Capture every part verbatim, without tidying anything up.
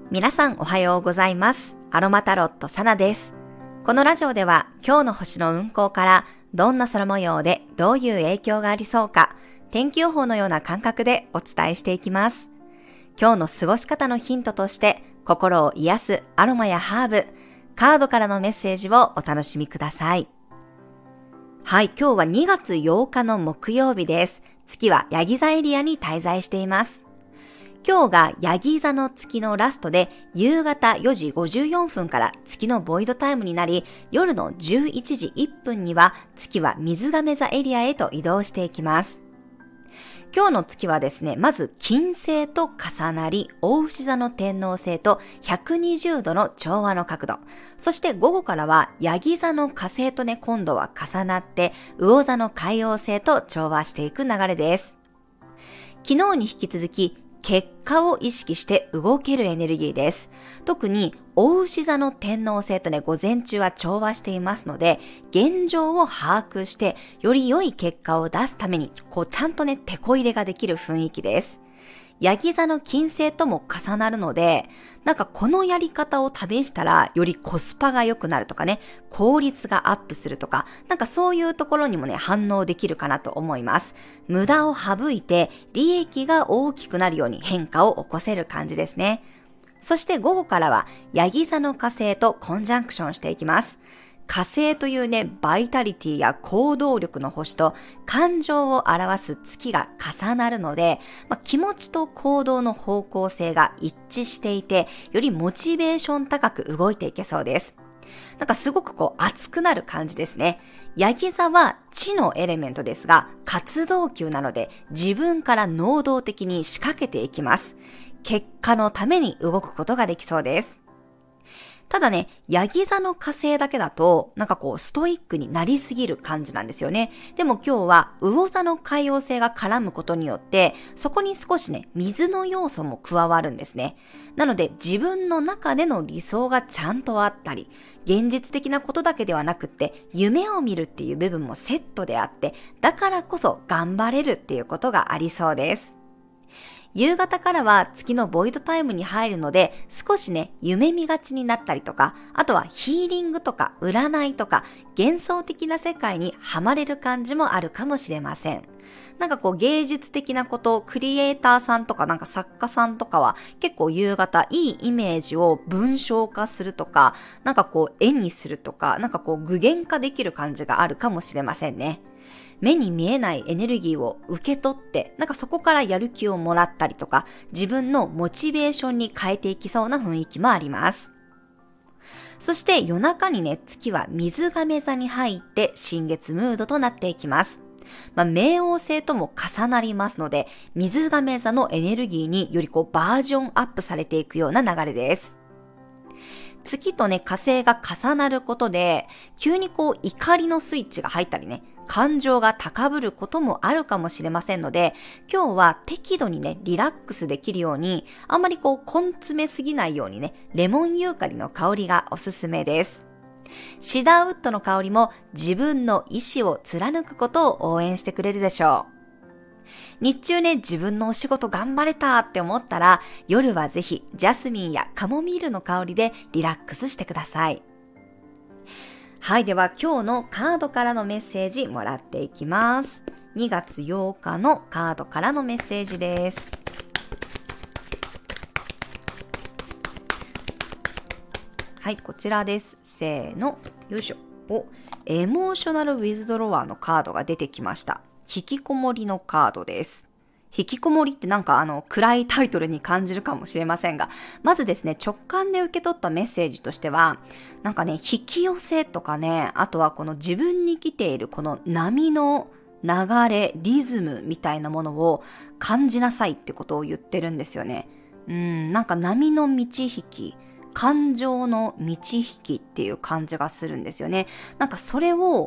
皆さんおはようございます。アロマタロットサナです。このラジオでは今日の星の運行からどんな空模様でどういう影響がありそうか、天気予報のような感覚でお伝えしていきます。今日の過ごし方のヒントとして心を癒すアロマやハーブ、カードからのメッセージをお楽しみください。はい、今日はにがつようかの木曜日です。月はヤギ座エリアに滞在しています。今日がヤギ座の月のラストで夕方よじごじゅうよんぷんから月のボイドタイムになり、夜のじゅういちじいっぷんには月は水亀座エリアへと移動していきます。今日の月はですね、まず金星と重なり、大牛座の天王星とひゃくにじゅうどの調和の角度。そして午後からはヤギ座の火星とね、今度は重なって、魚座の海王星と調和していく流れです。昨日に引き続き、結果を意識して動けるエネルギーです。特に、大牛座の天王星とね、午前中は調和していますので、現状を把握して、より良い結果を出すために、こう、ちゃんとね、手こ入れができる雰囲気です。ヤギ座の金星とも重なるので、なんかこのやり方を試したらよりコスパが良くなるとかね、効率がアップするとか、なんかそういうところにもね、反応できるかなと思います。無駄を省いて利益が大きくなるように変化を起こせる感じですね。そして午後からはヤギ座の火星とコンジャンクションしていきます。火星というね、バイタリティや行動力の星と感情を表す月が重なるので、まあ、気持ちと行動の方向性が一致していて、よりモチベーション高く動いていけそうです。なんかすごくこう熱くなる感じですね。ヤギ座は地のエレメントですが、活動球なので自分から能動的に仕掛けていきます。結果のために動くことができそうです。ただね、ヤギ座の火星だけだと、なんかこうストイックになりすぎる感じなんですよね。でも今日は魚座の海王星が絡むことによって、そこに少しね、水の要素も加わるんですね。なので自分の中での理想がちゃんとあったり、現実的なことだけではなくって、夢を見るっていう部分もセットであって、だからこそ頑張れるっていうことがありそうです。夕方からは月のボイドタイムに入るので、少しね、夢見がちになったりとか、あとはヒーリングとか占いとか、幻想的な世界にはまれる感じもあるかもしれません。なんかこう芸術的なこと、クリエイターさんとかなんか作家さんとかは結構夕方いいイメージを文章化するとか、なんかこう絵にするとか、なんかこう具現化できる感じがあるかもしれませんね。目に見えないエネルギーを受け取って、なんかそこからやる気をもらったりとか、自分のモチベーションに変えていきそうな雰囲気もあります。そして夜中にね、月は水亀座に入って新月ムードとなっていきます。まあ、冥王星とも重なりますので、水亀座のエネルギーによりこうバージョンアップされていくような流れです。月とね、火星が重なることで、急にこう怒りのスイッチが入ったりね、感情が高ぶることもあるかもしれませんので、今日は適度にね、リラックスできるように、あんまりこう根詰めすぎないようにね、レモンユーカリの香りがおすすめです。シダーウッドの香りも自分の意志を貫くことを応援してくれるでしょう。日中ね、自分のお仕事頑張れたって思ったら、夜はぜひジャスミンやカモミールの香りでリラックスしてください。はい、では今日のカードからのメッセージもらっていきます。にがつようかのカードからのメッセージです。はい、こちらです。せーの、よいしょ。お、エモーショナルウィズドロワーのカードが出てきました。引きこもりのカードです。引きこもりってなんかあの暗いタイトルに感じるかもしれませんが、まずですね、直感で受け取ったメッセージとしては、なんかね、引き寄せとかね、あとはこの自分に来ているこの波の流れ、リズムみたいなものを感じなさいってことを言ってるんですよね。うーん、なんか波の満ち引き、感情の満ち引きっていう感じがするんですよね。なんかそれを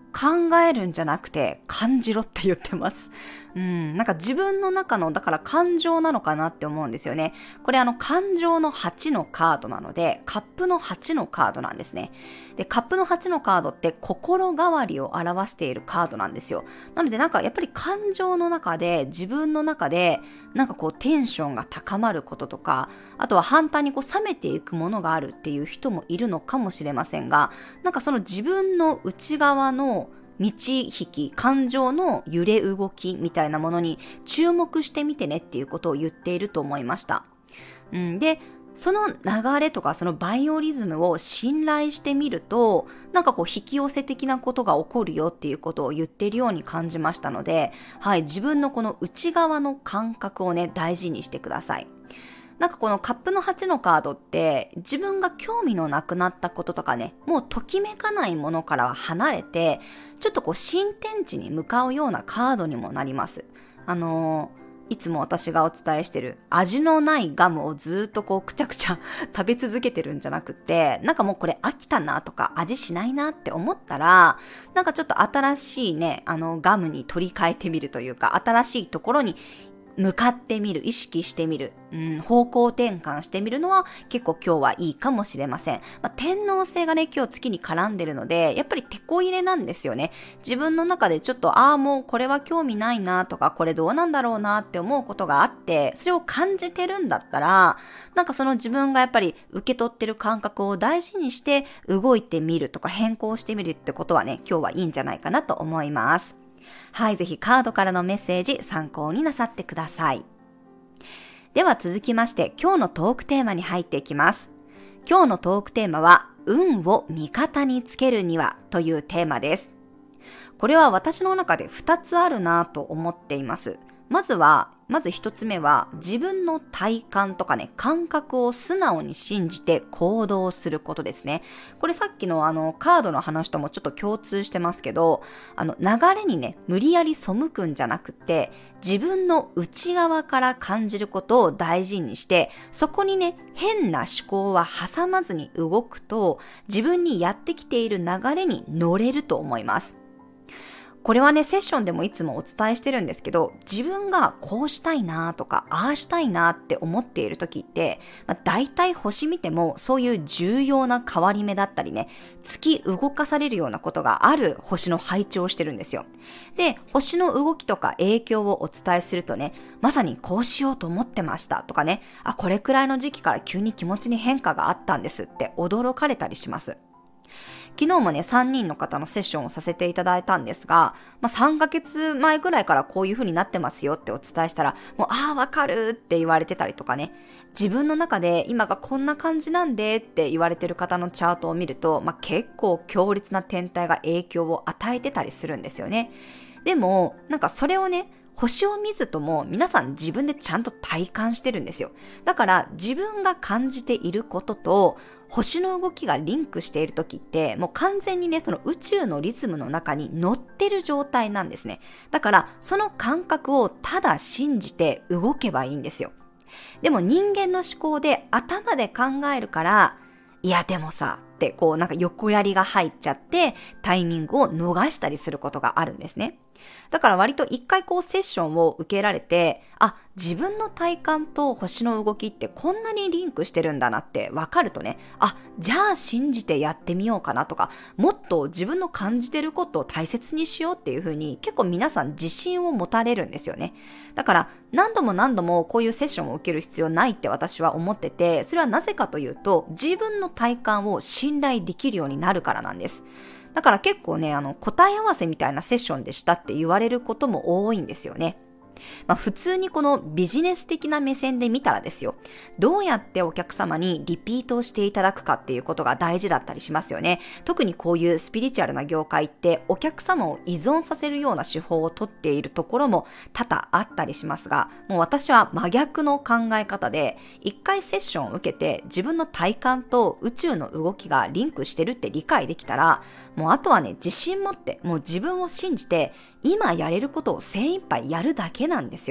考えるんじゃなくて感じろって言ってます。うん、なんか自分の中の、だから感情なのかなって思うんですよね。これあの感情のはちのカードなので、カップのはちのカードなんですね。で、カップのはちのカードって心変わりを表しているカードなんですよ。なのでなんかやっぱり感情の中で、自分の中でなんかこうテンションが高まることとか、あとは反対にこう冷めていくものがあるっていう人もいるのかもしれませんが、なんかその自分の内側の満ち引き、感情の揺れ動きみたいなものに注目してみてねっていうことを言っていると思いました。うん、で、その流れとかそのバイオリズムを信頼してみると、なんかこう引き寄せ的なことが起こるよっていうことを言っているように感じましたので、はい、自分のこの内側の感覚をね、大事にしてください。なんかこのカップのはちのカードって自分が興味のなくなったこととかね、もうときめかないものからは離れて、ちょっとこう新天地に向かうようなカードにもなります。あのー、いつも私がお伝えしてる味のないガムをずっとこうくちゃくちゃ食べ続けてるんじゃなくて、なんかもうこれ飽きたなとか味しないなって思ったら、なんかちょっと新しいね、あのガムに取り替えてみるというか、新しいところに向かってみる、意識してみる、うん、方向転換してみるのは結構今日はいいかもしれません。まあ、天王星がね、今日月に絡んでるので、やっぱり手こ入れなんですよね。自分の中でちょっと、ああ、もうこれは興味ないなとか、これどうなんだろうなって思うことがあって、それを感じてるんだったら、なんかその自分がやっぱり受け取ってる感覚を大事にして動いてみるとか変更してみるってことはね、今日はいいんじゃないかなと思います。はい、ぜひカードからのメッセージ参考になさってください。では続きまして今日のトークテーマに入っていきます。今日のトークテーマは運を味方につけるにはというテーマです。これは私の中でふたつあるなと思っています。まずは、まず一つ目は自分の体感とかね、感覚を素直に信じて行動することですね。これさっきのあのカードの話ともちょっと共通してますけど、あの流れにね、無理やり背くんじゃなくて、自分の内側から感じることを大事にして、そこにね、変な思考は挟まずに動くと、自分にやってきている流れに乗れると思います。これはね、セッションでもいつもお伝えしてるんですけど、自分がこうしたいなとか、ああしたいなって思っている時って、まあ、大体星見てもそういう重要な変わり目だったりね、突き動かされるようなことがある星の配置をしてるんですよ。で、星の動きとか影響をお伝えするとね、まさにこうしようと思ってましたとかね、あ、これくらいの時期から急に気持ちに変化があったんですって驚かれたりします。昨日もね、さんにんの方のセッションをさせていただいたんですが、まあ、さんかげつまえぐらいからこういう風になってますよってお伝えしたら、もう、ああ、わかるって言われてたりとかね、自分の中で今がこんな感じなんでって言われてる方のチャートを見ると、まあ、結構強烈な天体が影響を与えてたりするんですよね。でも、なんかそれをね、星を見ずとも皆さん自分でちゃんと体感してるんですよ。だから自分が感じていることと星の動きがリンクしている時ってもう完全にね、その宇宙のリズムの中に乗ってる状態なんですね。だからその感覚をただ信じて動けばいいんですよ。でも人間の思考で頭で考えるから、いやでもさってこうなんか横やりが入っちゃってタイミングを逃したりすることがあるんですね。だから割と一回こうセッションを受けられて、あ、自分の体感と星の動きってこんなにリンクしてるんだなって分かるとね、あ、じゃあ信じてやってみようかなとか、もっと自分の感じてることを大切にしようっていう風に結構皆さん自信を持たれるんですよね。だから何度も何度もこういうセッションを受ける必要ないって私は思ってて、それはなぜかというと自分の体感を信頼できるようになるからなんです。だから結構ね、あの答え合わせみたいなセッションでしたって言われることも多いんですよね。まあ、普通にこのビジネス的な目線で見たらですよ、どうやってお客様にリピートをしていただくかっていうことが大事だったりしますよね。特にこういうスピリチュアルな業界ってお客様を依存させるような手法をとっているところも多々あったりしますが、もう私は真逆の考え方で、一回セッションを受けて自分の体感と宇宙の動きがリンクしてるって理解できたら、もうあとはね、自信持ってもう自分を信じて今やれることを精一杯やるだけなんですよ。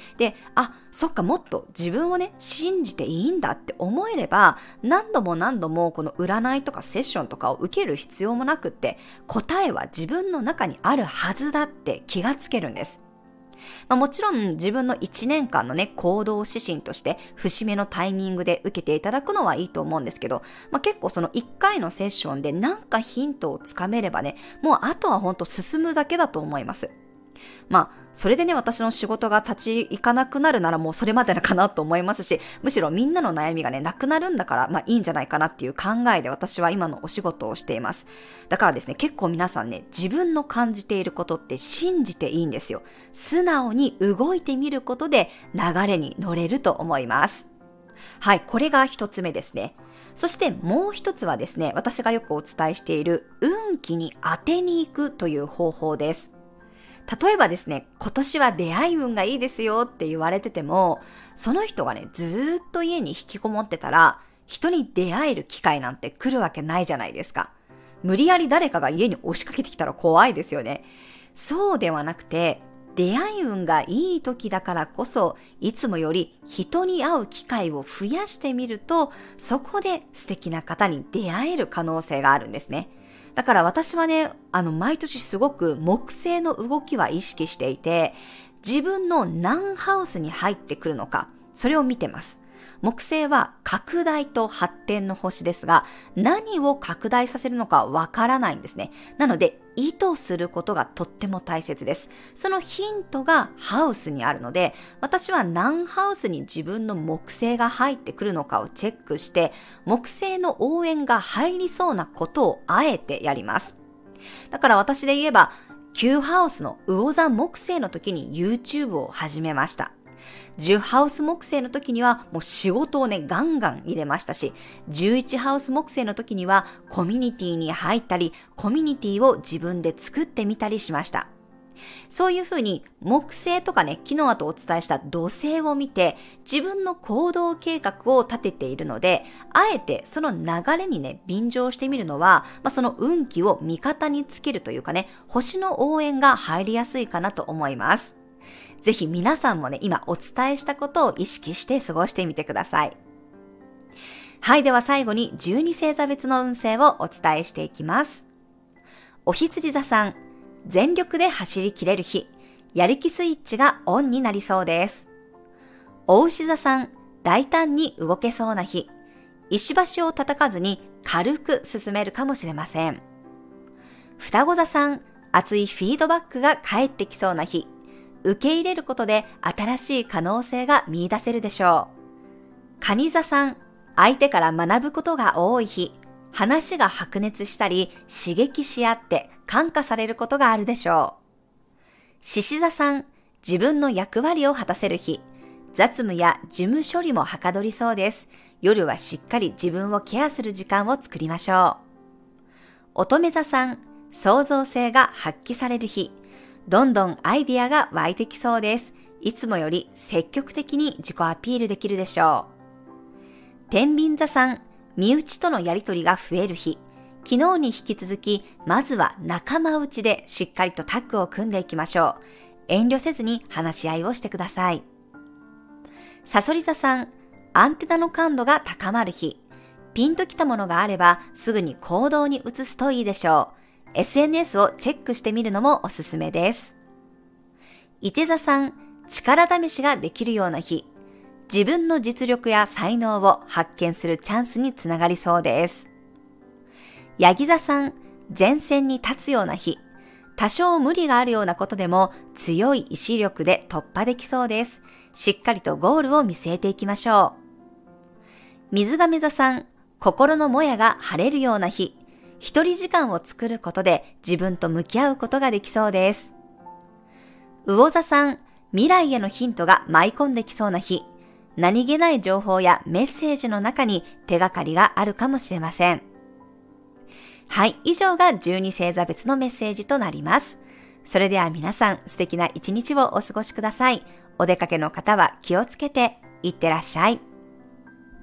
で、あ、そっか、もっと自分をね、信じていいんだって思えれば、何度も何度もこの占いとかセッションとかを受ける必要もなくって、答えは自分の中にあるはずだって気がつけるんです。まあ、もちろん自分のいちねんかんのね、行動指針として節目のタイミングで受けていただくのはいいと思うんですけど、まあ、結構そのいっかいのセッションでなんかヒントをつかめればね、もうあとはほんと進むだけだと思います。まあ、それでね、私の仕事が立ち行かなくなるならもうそれまでかなと思いますし、むしろみんなの悩みがね、なくなるんだから、まあいいんじゃないかなっていう考えで私は今のお仕事をしています。だからですね、結構皆さんね、自分の感じていることって信じていいんですよ。素直に動いてみることで流れに乗れると思います。はい、これが一つ目ですね。そしてもう一つはですね、私がよくお伝えしている運気に当てに行くという方法です。例えばですね、今年は出会い運がいいですよって言われてても、その人がね、ずーっと家に引きこもってたら、人に出会える機会なんて来るわけないじゃないですか。無理やり誰かが家に押しかけてきたら怖いですよね。そうではなくて、出会い運がいい時だからこそ、いつもより人に会う機会を増やしてみると、そこで素敵な方に出会える可能性があるんですね。だから私はね、あの、毎年すごく木星の動きは意識していて、自分の何ハウスに入ってくるのか、それを見てます。木星は拡大と発展の星ですが、何を拡大させるのかわからないんですね。なので、意図することがとっても大切です。そのヒントがハウスにあるので、私は何ハウスに自分の木星が入ってくるのかをチェックして、木星の応援が入りそうなことをあえてやります。だから私で言えば、きゅうハウスの魚座木星の時に YouTube を始めました。じゅうハウス木星の時にはもう仕事をねガンガン入れましたし、じゅういちハウス木星の時にはコミュニティに入ったり、コミュニティを自分で作ってみたりしました。そういうふうに木星とかね、昨日あとお伝えした土星を見て自分の行動計画を立てているので、あえてその流れにね便乗してみるのは、まあ、その運気を味方につけるというかね、星の応援が入りやすいかなと思います。ぜひ皆さんもね、今お伝えしたことを意識して過ごしてみてください。はい、では最後にじゅうに星座別の運勢をお伝えしていきます。お羊座さん、全力で走り切れる日、やる気スイッチがオンになりそうです。お牛座さん、大胆に動けそうな日、石橋を叩かずに軽く進めるかもしれません。双子座さん、熱いフィードバックが返ってきそうな日、受け入れることで新しい可能性が見出せるでしょう。蟹座さん、相手から学ぶことが多い日、話が白熱したり刺激し合って感化されることがあるでしょう。獅子座さん、自分の役割を果たせる日、雑務や事務処理もはかどりそうです。夜はしっかり自分をケアする時間を作りましょう。乙女座さん、創造性が発揮される日、どんどんアイディアが湧いてきそうです。いつもより積極的に自己アピールできるでしょう。天秤座さん、身内とのやりとりが増える日。昨日に引き続き、まずは仲間内でしっかりとタッグを組んでいきましょう。遠慮せずに話し合いをしてください。さそり座さん、アンテナの感度が高まる日。ピンときたものがあれば、すぐに行動に移すといいでしょう。エスエヌエス をチェックしてみるのもおすすめです。いて座さん、力試しができるような日。自分の実力や才能を発見するチャンスにつながりそうです。ヤギ座さん、前線に立つような日。多少無理があるようなことでも強い意志力で突破できそうです。しっかりとゴールを見据えていきましょう。水亀座さん、心のもやが晴れるような日。一人時間を作ることで自分と向き合うことができそうです。魚座さん、未来へのヒントが舞い込んできそうな日。何気ない情報やメッセージの中に手がかりがあるかもしれません。はい、以上がじゅうに星座別のメッセージとなります。それでは皆さん、素敵な一日をお過ごしください。お出かけの方は気をつけていってらっしゃい。